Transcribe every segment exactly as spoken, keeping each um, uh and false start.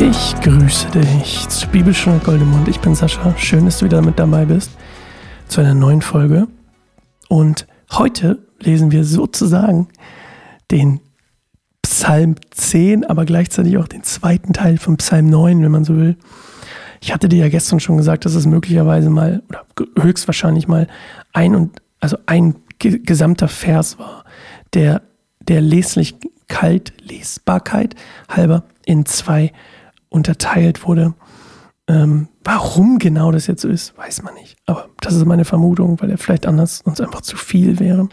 Ich grüße dich zu Bibelstunde Goldemund. Ich bin Sascha. Schön, dass du wieder mit dabei bist zu einer neuen Folge. Und heute lesen wir sozusagen den Psalm zehn, aber gleichzeitig auch den zweiten Teil von Psalm neun, wenn man so will. Ich hatte dir ja gestern schon gesagt, dass es möglicherweise mal oder höchstwahrscheinlich mal ein und also ein ge- gesamter Vers war, der der Leslichkeit, Lesbarkeit halber in zwei unterteilt wurde. Ähm, warum genau das jetzt so ist, weiß man nicht. Aber das ist meine Vermutung, weil er vielleicht anders uns einfach zu viel wäre.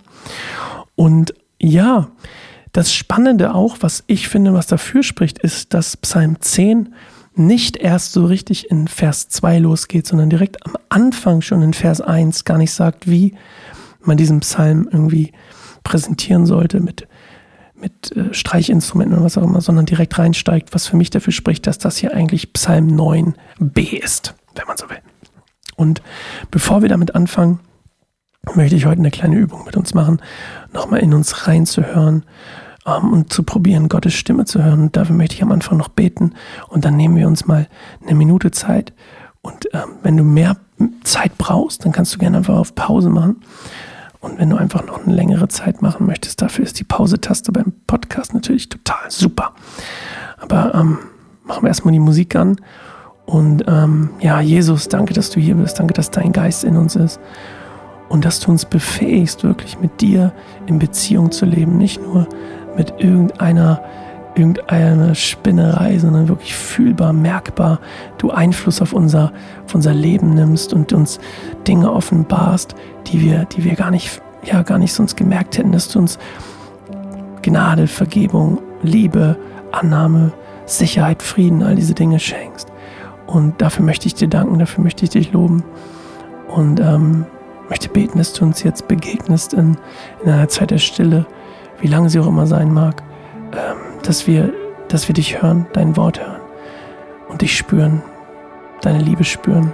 Und ja, das Spannende auch, was ich finde, was dafür spricht, ist, dass Psalm zehn nicht erst so richtig in Vers zwei losgeht, sondern direkt am Anfang schon in Vers eins gar nicht sagt, wie man diesen Psalm irgendwie präsentieren sollte mit mit äh, Streichinstrumenten oder was auch immer, sondern direkt reinsteigt, was für mich dafür spricht, dass das hier eigentlich Psalm neun b ist, wenn man so will. Und bevor wir damit anfangen, möchte ich heute eine kleine Übung mit uns machen, nochmal in uns reinzuhören ähm, und zu probieren, Gottes Stimme zu hören. Und dafür möchte ich am Anfang noch beten und dann nehmen wir uns mal eine Minute Zeit. Und ähm, wenn du mehr Zeit brauchst, dann kannst du gerne einfach auf Pause machen. Und wenn du einfach noch eine längere Zeit machen möchtest, dafür ist die Pause-Taste beim Podcast natürlich total super. Aber ähm, machen wir erstmal die Musik an. Und ähm, ja, Jesus, danke, dass du hier bist. Danke, dass dein Geist in uns ist. Und dass du uns befähigst, wirklich mit dir in Beziehung zu leben. Nicht nur mit irgendeiner, irgendeiner Spinnerei, sondern wirklich fühlbar, merkbar. Du Einfluss auf unser, auf unser Leben nimmst und uns Dinge offenbarst, die wir, die wir gar nicht, ja, gar nicht sonst gemerkt hätten, dass du uns Gnade, Vergebung, Liebe, Annahme, Sicherheit, Frieden, all diese Dinge schenkst. Und dafür möchte ich dir danken, dafür möchte ich dich loben und ähm, möchte beten, dass du uns jetzt begegnest in, in einer Zeit der Stille, wie lange sie auch immer sein mag, ähm, dass wir, dass wir dich hören, dein Wort hören und dich spüren, deine Liebe spüren.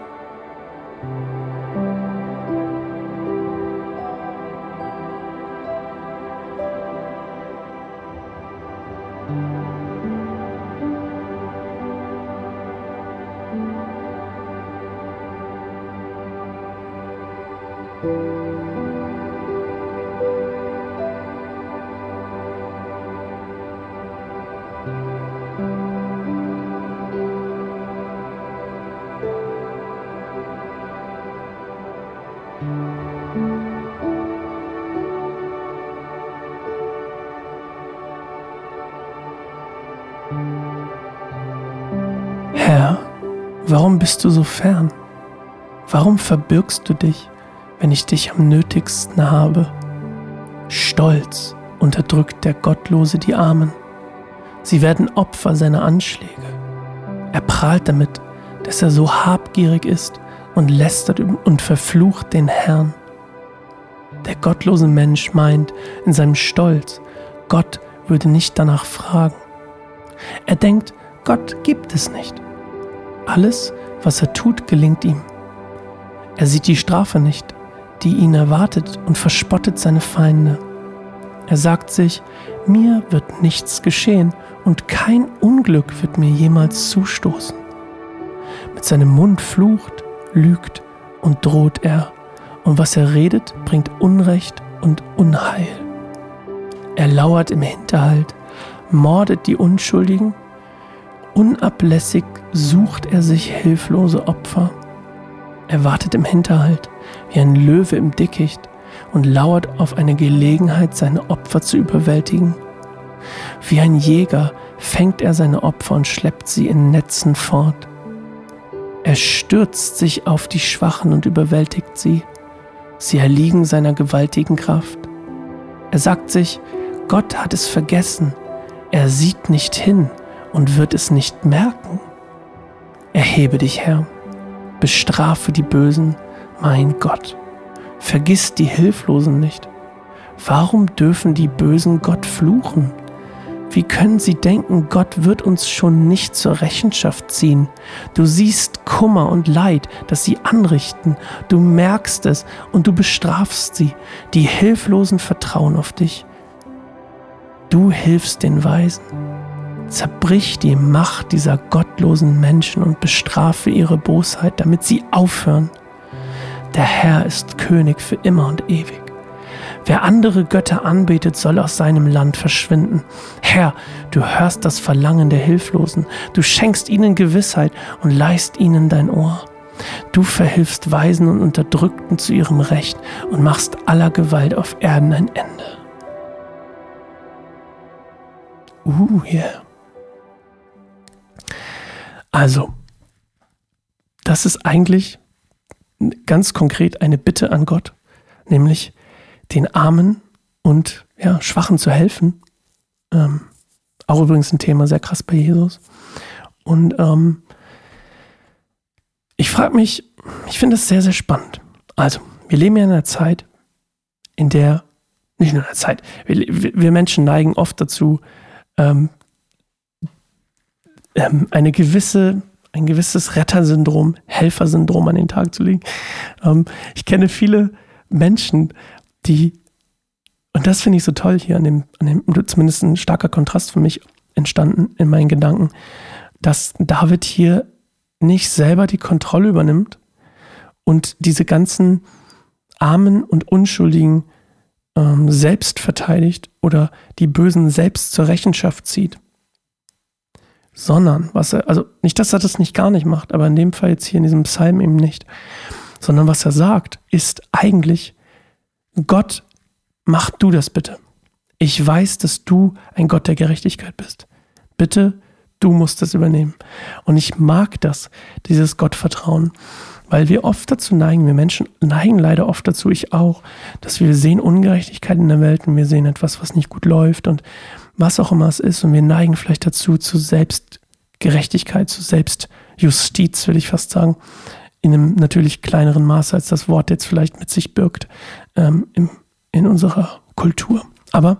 Herr, warum bist du so fern? Warum verbirgst du dich, wenn ich dich am nötigsten habe? Stolz unterdrückt der Gottlose die Armen. Sie werden Opfer seiner Anschläge. Er prahlt damit, dass er so habgierig ist und lästert und verflucht den Herrn. Der gottlose Mensch meint in seinem Stolz, Gott würde nicht danach fragen. Er denkt, Gott gibt es nicht. Alles, was er tut, gelingt ihm. Er sieht die Strafe nicht, die ihn erwartet, und verspottet seine Feinde. Er sagt sich, mir wird nichts geschehen und kein Unglück wird mir jemals zustoßen. Mit seinem Mund flucht, lügt und droht er, und was er redet, bringt Unrecht und Unheil. Er lauert im Hinterhalt, mordet die Unschuldigen. Unablässig sucht er sich hilflose Opfer. Er wartet im Hinterhalt, wie ein Löwe im Dickicht, und lauert auf eine Gelegenheit, seine Opfer zu überwältigen. Wie ein Jäger fängt er seine Opfer und schleppt sie in Netzen fort. Er stürzt sich auf die Schwachen und überwältigt sie. Sie erliegen seiner gewaltigen Kraft. Er sagt sich, Gott hat es vergessen. Er sieht nicht hin und wird es nicht merken. Erhebe dich, Herr, bestrafe die Bösen, mein Gott. Vergiss die Hilflosen nicht. Warum dürfen die Bösen Gott fluchen? Wie können sie denken, Gott wird uns schon nicht zur Rechenschaft ziehen? Du siehst Kummer und Leid, das sie anrichten. Du merkst es und du bestrafst sie. Die Hilflosen vertrauen auf dich. Du hilfst den Weisen. zerbrich die Macht dieser gottlosen Menschen und bestrafe ihre Bosheit, damit sie aufhören. Der Herr ist König für immer und ewig. Wer andere Götter anbetet, soll aus seinem Land verschwinden. Herr, du hörst das Verlangen der Hilflosen. Du schenkst ihnen Gewissheit und leihst ihnen dein Ohr. Du verhilfst Waisen und Unterdrückten zu ihrem Recht und machst aller Gewalt auf Erden ein Ende. Uh, yeah. Also, das ist eigentlich ganz konkret eine Bitte an Gott, nämlich den Armen und ja, Schwachen zu helfen. Ähm, auch übrigens ein Thema, sehr krass bei Jesus. Und ähm, ich frage mich, ich finde es sehr, sehr spannend. Also, wir leben ja in einer Zeit, in der, nicht nur in einer Zeit, wir, wir Menschen neigen oft dazu, ähm, ähm, eine gewisse, ein gewisses Rettersyndrom, Helfersyndrom an den Tag zu legen. Ähm, ich kenne viele Menschen, die, und das finde ich so toll hier an dem, an dem, zumindest ein starker Kontrast für mich entstanden in meinen Gedanken, dass David hier nicht selber die Kontrolle übernimmt und diese ganzen Armen und Unschuldigen ähm, selbst verteidigt oder die Bösen selbst zur Rechenschaft zieht. Sondern, was er, also nicht, dass er das nicht gar nicht macht, aber in dem Fall jetzt hier in diesem Psalm eben nicht, sondern was er sagt, ist eigentlich: Gott, mach du das bitte. Ich weiß, dass du ein Gott der Gerechtigkeit bist. Bitte, du musst das übernehmen. Und ich mag das, dieses Gottvertrauen, weil wir oft dazu neigen, wir Menschen neigen leider oft dazu, ich auch, dass wir sehen Ungerechtigkeit in der Welt und wir sehen etwas, was nicht gut läuft und was auch immer es ist, und wir neigen vielleicht dazu, zu Selbstgerechtigkeit, zu Selbstjustiz, will ich fast sagen, in einem natürlich kleineren Maße, als das Wort jetzt vielleicht mit sich birgt, ähm, im, in unserer Kultur. Aber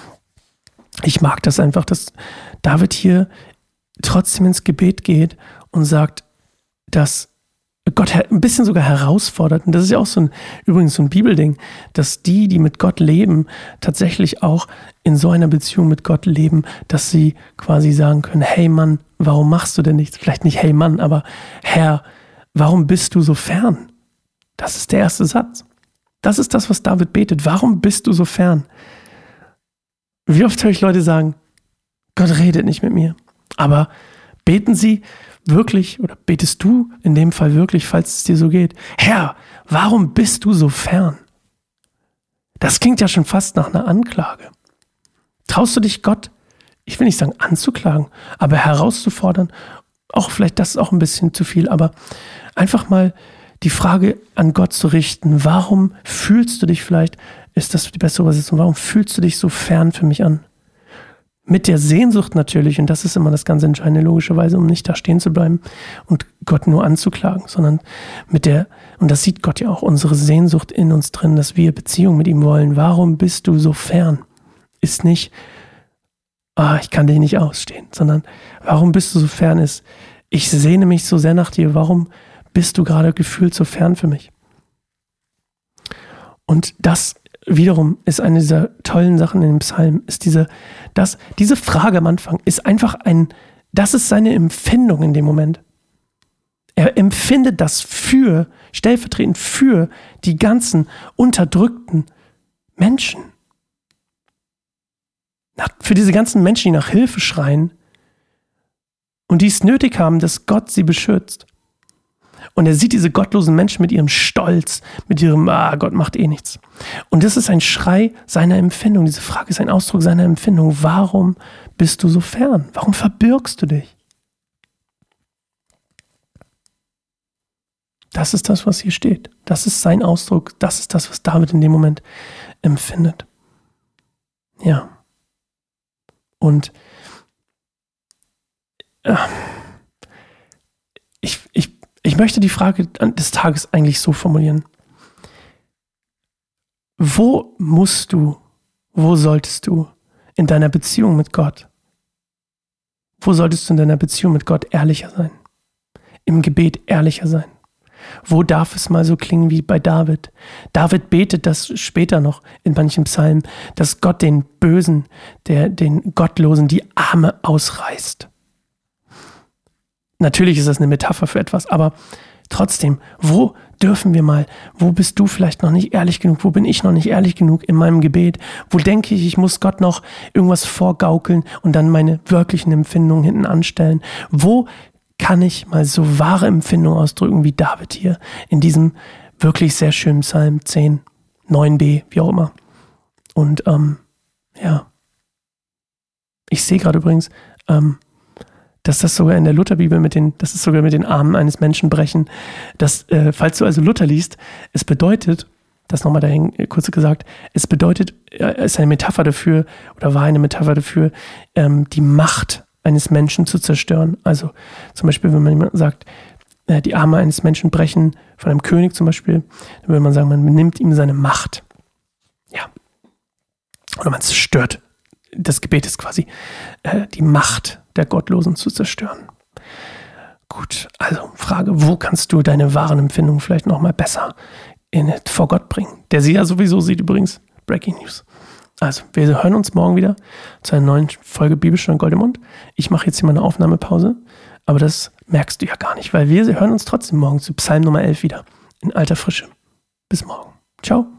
ich mag das einfach, dass David hier trotzdem ins Gebet geht und sagt, dass Gott ein bisschen sogar herausfordert. Und das ist ja auch so ein, übrigens so ein Bibelding, dass die, die mit Gott leben, tatsächlich auch in so einer Beziehung mit Gott leben, dass sie quasi sagen können: Hey Mann, warum machst du denn nichts? Vielleicht nicht Hey Mann, aber Herr, warum bist du so fern? Das ist der erste Satz. Das ist das, was David betet. Warum bist du so fern? Wie oft höre ich Leute sagen, Gott redet nicht mit mir. Aber beten sie wirklich, oder betest du in dem Fall wirklich, falls es dir so geht: Herr, warum bist du so fern? Das klingt ja schon fast nach einer Anklage. Traust du dich Gott, ich will nicht sagen anzuklagen, aber herauszufordern? Auch vielleicht, das ist auch ein bisschen zu viel, aber einfach mal die Frage an Gott zu richten: Warum fühlst du dich vielleicht, ist das die bessere Übersetzung, warum fühlst du dich so fern für mich an? Mit der Sehnsucht natürlich, und das ist immer das ganz Entscheidende, logischerweise, um nicht da stehen zu bleiben und Gott nur anzuklagen, sondern mit der, und das sieht Gott ja auch, unsere Sehnsucht in uns drin, dass wir Beziehung mit ihm wollen. Warum bist du so fern? Ist nicht, ah, ich kann dich nicht ausstehen, sondern warum bist du so fern ist, ich sehne mich so sehr nach dir, warum bist du gerade gefühlt so fern für mich? Und das wiederum ist eine dieser tollen Sachen in dem Psalm, ist diese, dass diese Frage am Anfang ist einfach ein, das ist seine Empfindung in dem Moment. Er empfindet das für, stellvertretend für die ganzen unterdrückten Menschen. Für diese ganzen Menschen, die nach Hilfe schreien und die es nötig haben, dass Gott sie beschützt. Und er sieht diese gottlosen Menschen mit ihrem Stolz, mit ihrem, ah, Gott macht eh nichts. Und das ist ein Schrei seiner Empfindung. Diese Frage ist ein Ausdruck seiner Empfindung. Warum bist du so fern? Warum verbirgst du dich? Das ist das, was hier steht. Das ist sein Ausdruck. Das ist das, was David in dem Moment empfindet. Ja. Und äh, ich, ich Ich möchte die Frage des Tages eigentlich so formulieren: Wo musst du, wo solltest du in deiner Beziehung mit Gott, wo solltest du in deiner Beziehung mit Gott ehrlicher sein? Im Gebet ehrlicher sein? Wo darf es mal so klingen wie bei David? David betet das später noch in manchen Psalmen, dass Gott den Bösen, der, den Gottlosen die Arme ausreißt. Natürlich ist das eine Metapher für etwas, aber trotzdem, wo dürfen wir mal, wo bist du vielleicht noch nicht ehrlich genug, wo bin ich noch nicht ehrlich genug in meinem Gebet, wo denke ich, ich muss Gott noch irgendwas vorgaukeln und dann meine wirklichen Empfindungen hinten anstellen, wo kann ich mal so wahre Empfindungen ausdrücken wie David hier in diesem wirklich sehr schönen Psalm zehn, neun b, wie auch immer. Und ähm, ja, ich sehe gerade übrigens, ähm, dass das sogar in der Lutherbibel mit den, das ist sogar mit den Armen eines Menschen brechen, dass, äh, falls du also Luther liest, es bedeutet, das nochmal dahin kurz gesagt, es bedeutet, es ist eine Metapher dafür, oder war eine Metapher dafür, ähm, die Macht eines Menschen zu zerstören. Also zum Beispiel, wenn man sagt, äh, die Arme eines Menschen brechen, von einem König zum Beispiel, dann würde man sagen, man nimmt ihm seine Macht. Ja. Oder man zerstört das Gebet ist quasi äh, die Macht der Gottlosen zu zerstören. Gut, also Frage, wo kannst du deine wahren Empfindungen vielleicht noch mal besser in, vor Gott bringen? Der sie ja sowieso sieht übrigens. Breaking News. Also, wir hören uns morgen wieder zu einer neuen Folge Bibelstunde Goldemund. Ich mache jetzt hier mal eine Aufnahmepause, aber das merkst du ja gar nicht, weil wir hören uns trotzdem morgen zu Psalm Nummer elf wieder in alter Frische. Bis morgen. Ciao.